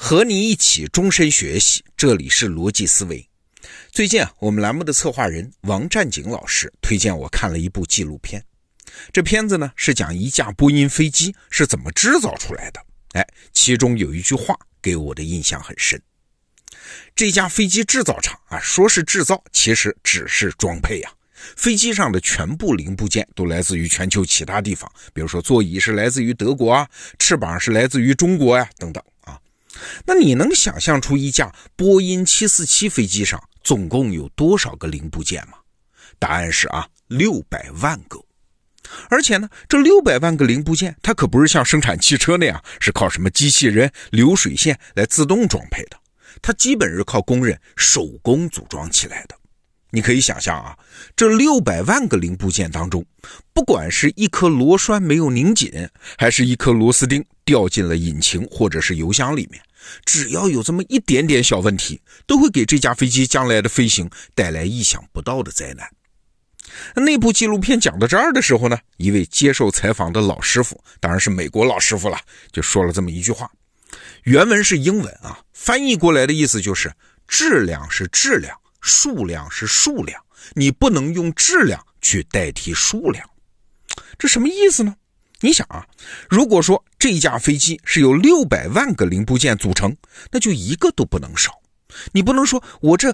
和你一起终身学习，这里是逻辑思维。最近我们栏目的策划人王占景老师推荐我看了一部纪录片。这片子呢是讲一架波音飞机是怎么制造出来的。其中有一句话给我的印象很深。这家飞机制造厂说是制造，其实只是装配飞机上的全部零部件都来自于全球其他地方，比如说座椅是来自于德国翅膀是来自于中国等等那你能想象出一架波音747飞机上总共有多少个零部件吗？答案是600万个。而且呢，这600万个零部件它可不是像生产汽车那样是靠什么机器人、流水线来自动装配的，它基本是靠工人手工组装起来的。你可以想象这600万个零部件当中，不管是一颗螺栓没有拧紧，还是一颗螺丝钉掉进了引擎或者是油箱里面，只要有这么一点点小问题，都会给这架飞机将来的飞行带来意想不到的灾难。那部纪录片讲到这儿的时候呢，一位接受采访的老师傅，当然是美国老师傅了，就说了这么一句话。原文是英文翻译过来的意思就是质量是质量，数量是数量，你不能用质量去代替数量。这什么意思呢？你想如果说这架飞机是由600万个零部件组成，那就一个都不能少。你不能说我这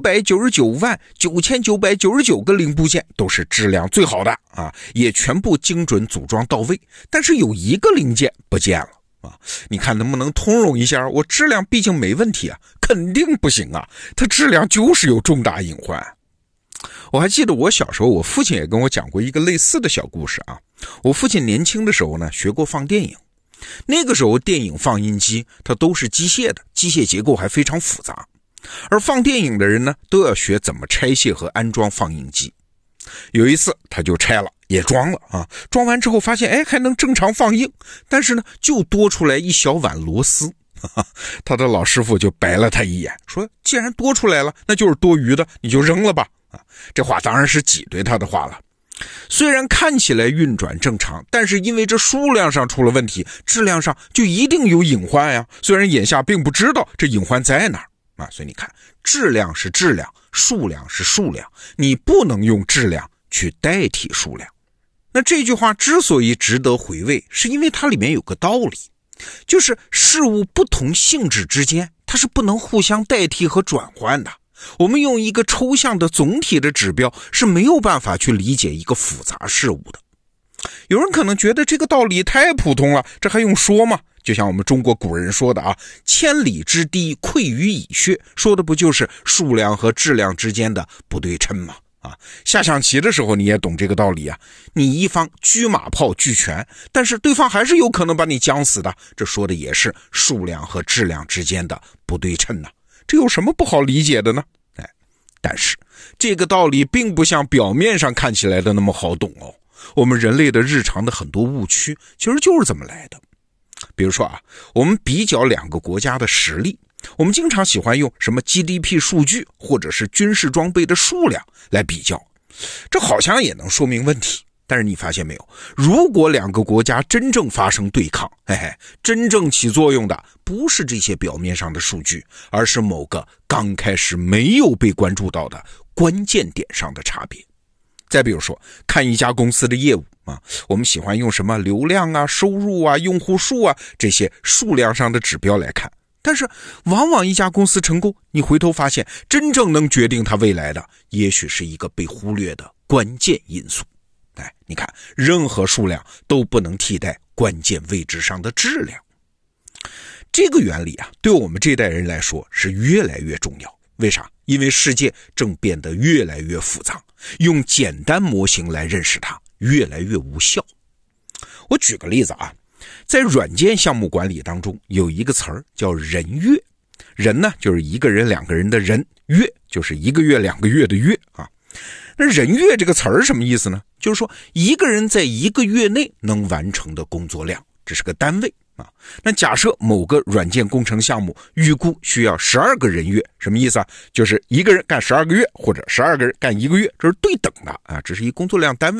5999999个零部件都是质量最好的也全部精准组装到位，但是有一个零件不见了你看能不能通融一下？我质量毕竟没问题肯定不行它质量就是有重大隐患。我还记得我小时候，我父亲也跟我讲过一个类似的小故事我父亲年轻的时候呢，学过放电影。那个时候电影放映机它都是机械的，机械结构还非常复杂，而放电影的人呢，都要学怎么拆卸和安装放映机。有一次他就拆了也装了装完之后发现还能正常放映，但是呢就多出来一小碗螺丝。他的老师傅就白了他一眼，说既然多出来了，那就是多余的，你就扔了吧。这话当然是挤兑他的话了。虽然看起来运转正常，但是因为这数量上出了问题，质量上就一定有隐患虽然眼下并不知道这隐患在哪儿所以你看，质量是质量，数量是数量，你不能用质量去代替数量。那这句话之所以值得回味，是因为它里面有个道理，就是事物不同性质之间它是不能互相代替和转换的。我们用一个抽象的总体的指标是没有办法去理解一个复杂事物的。有人可能觉得这个道理太普通了，这还用说吗？就像我们中国古人说的千里之堤溃于蚁穴，说的不就是数量和质量之间的不对称吗？下象棋的时候你也懂这个道理你一方车马炮俱全，但是对方还是有可能把你将死的，这说的也是数量和质量之间的不对称这有什么不好理解的呢？但是这个道理并不像表面上看起来的那么好懂我们人类的日常的很多误区其实就是这么来的。比如说我们比较两个国家的实力，我们经常喜欢用什么 GDP 数据或者是军事装备的数量来比较，这好像也能说明问题。但是你发现没有，如果两个国家真正发生对抗，真正起作用的不是这些表面上的数据，而是某个刚开始没有被关注到的关键点上的差别。再比如说看一家公司的业务我们喜欢用什么流量收入用户数这些数量上的指标来看，但是往往一家公司成功，你回头发现真正能决定它未来的也许是一个被忽略的关键因素。你看任何数量都不能替代关键位置上的质量。这个原理对我们这代人来说是越来越重要。为啥？因为世界正变得越来越复杂，用简单模型来认识它越来越无效。我举个例子在软件项目管理当中有一个词儿叫人月。人呢就是一个人两个人的人，月就是一个月两个月的月那人月这个词儿什么意思呢？就是说一个人在一个月内能完成的工作量，这是个单位那假设某个软件工程项目预估需要12个人月，什么意思就是一个人干12个月或者12个人干1个月，这是对等的这是一工作量单位。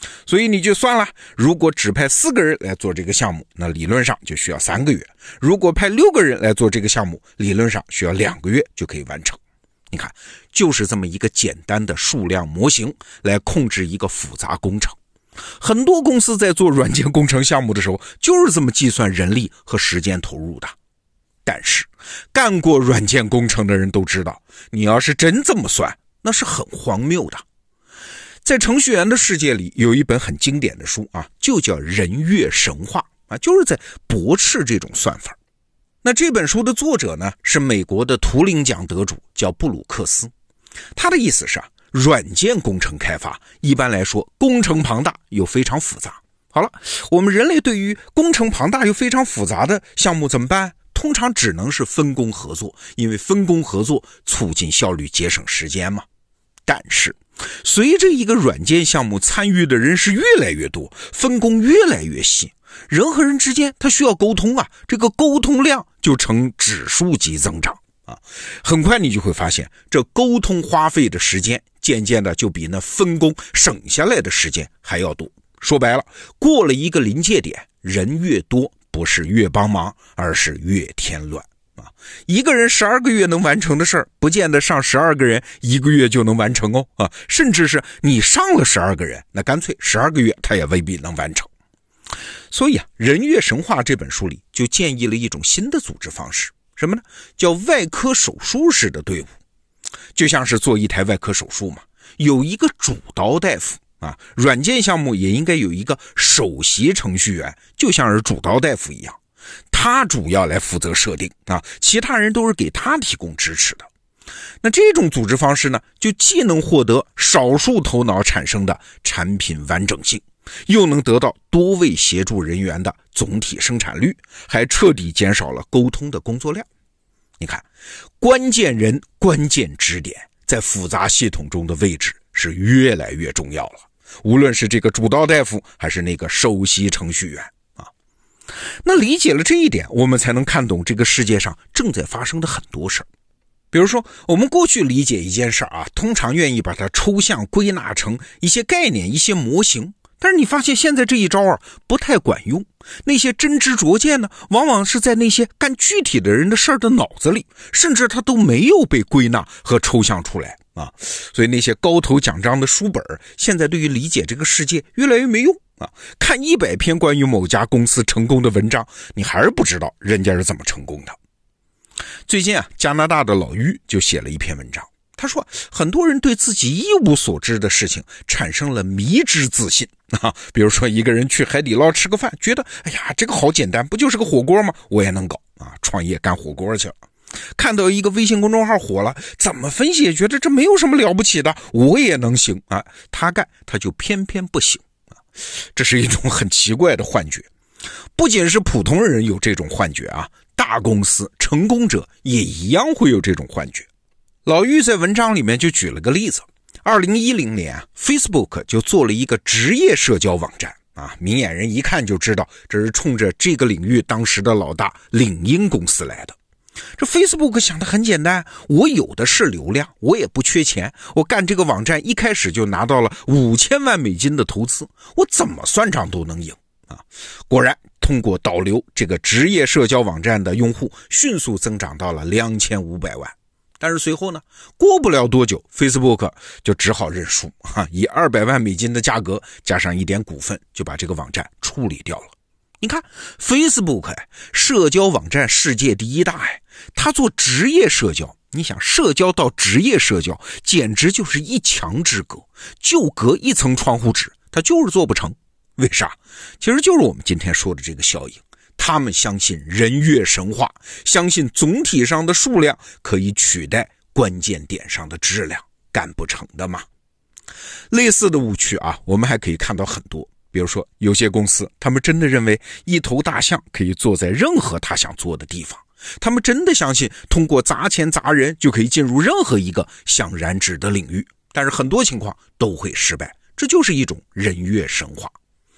所以你就算了，如果只派4个人来做这个项目，那理论上就需要3个月；如果派6个人来做这个项目，理论上需要2个月就可以完成。你看，就是这么一个简单的数量模型来控制一个复杂工程。很多公司在做软件工程项目的时候，就是这么计算人力和时间投入的。但是干过软件工程的人都知道，你要是真这么算，那是很荒谬的。在程序员的世界里，有一本很经典的书啊，就叫《人月神话》啊，就是在驳斥这种算法。那这本书的作者呢，是美国的图灵奖得主，叫布鲁克斯。他的意思是软件工程开发一般来说工程庞大又非常复杂。好了，我们人类对于工程庞大又非常复杂的项目怎么办？通常只能是分工合作，因为分工合作促进效率，节省时间嘛。但是随着一个软件项目参与的人是越来越多，分工越来越细，人和人之间他需要沟通啊，这个沟通量就呈指数级增长啊。很快你就会发现，这沟通花费的时间渐渐的就比那分工省下来的时间还要多。说白了，过了一个临界点，人越多不是越帮忙，而是越添乱啊！一个人12个月能完成的事儿，不见得上12个人1个月就能完成哦啊！甚至是你上了12个人，那干脆12个月他也未必能完成。所以啊，《人月神话》这本书里就建议了一种新的组织方式，什么呢？叫外科手术式的队伍。就像是做一台外科手术嘛，有一个主刀大夫啊，软件项目也应该有一个首席程序员，就像是主刀大夫一样，他主要来负责设定啊，其他人都是给他提供支持的。那这种组织方式呢，就既能获得少数头脑产生的产品完整性，又能得到多位协助人员的总体生产率，还彻底减少了沟通的工作量。你看，关键人、关键支点在复杂系统中的位置是越来越重要了，无论是这个主刀大夫还是那个首席程序员啊。那理解了这一点，我们才能看懂这个世界上正在发生的很多事儿。比如说，我们过去理解一件事啊，通常愿意把它抽象归纳成一些概念、一些模型。但是你发现现在这一招啊不太管用，那些真知灼见呢，往往是在那些干具体的人的事儿的脑子里，甚至他都没有被归纳和抽象出来啊。所以那些高头奖章的书本现在对于理解这个世界越来越没用啊。看100篇关于某家公司成功的文章，你还是不知道人家是怎么成功的。最近啊，加拿大的老于就写了一篇文章，他说很多人对自己一无所知的事情产生了迷之自信啊。比如说一个人去海底捞吃个饭，觉得哎呀这个好简单，不就是个火锅吗？我也能搞啊，创业干火锅去了。看到一个微信公众号火了，怎么分析也觉得这没有什么了不起的，我也能行啊。他干他就偏偏不行啊，这是一种很奇怪的幻觉。不仅是普通人有这种幻觉啊，大公司成功者也一样会有这种幻觉。老于在文章里面就举了个例子，2010年啊 Facebook 就做了一个职业社交网站啊，明眼人一看就知道这是冲着这个领域当时的老大领英公司来的。这 Facebook 想的很简单，我有的是流量，我也不缺钱，我干这个网站一开始就拿到了5000万美金的投资，我怎么算账都能赢啊！果然通过导流，这个职业社交网站的用户迅速增长到了2500万。但是随后呢，过不了多久 Facebook 就只好认输啊，以200万美金的价格加上一点股份，就把这个网站处理掉了。你看 Facebook 社交网站世界第一大它做职业社交，你想社交到职业社交简直就是一墙之隔，就隔一层窗户纸，它就是做不成。为啥？其实就是我们今天说的这个效应，他们相信人月神话，相信总体上的数量可以取代关键点上的质量，干不成的嘛。类似的误区啊，我们还可以看到很多。比如说有些公司他们真的认为一头大象可以坐在任何他想坐的地方，他们真的相信通过砸钱砸人就可以进入任何一个想染指的领域，但是很多情况都会失败，这就是一种人月神话。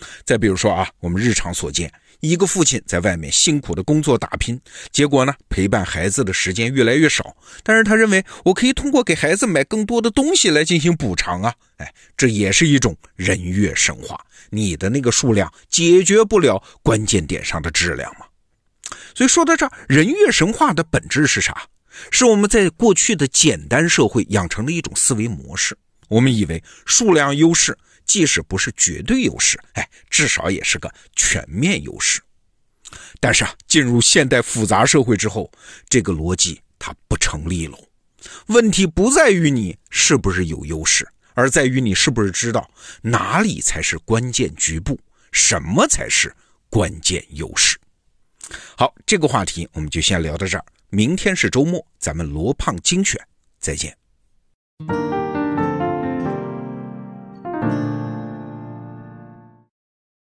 再比如说啊，我们日常所见，一个父亲在外面辛苦的工作打拼，结果呢，陪伴孩子的时间越来越少，但是他认为我可以通过给孩子买更多的东西来进行补偿啊，这也是一种人月神话。你的那个数量解决不了关键点上的质量嘛。所以说到这儿，人月神话的本质是啥？是我们在过去的简单社会养成的一种思维模式。我们以为数量优势即使不是绝对优势，至少也是个全面优势。但是进入现代复杂社会之后，这个逻辑它不成立了。问题不在于你是不是有优势，而在于你是不是知道哪里才是关键局部，什么才是关键优势。好，这个话题我们就先聊到这儿，明天是周末，咱们罗胖精选再见。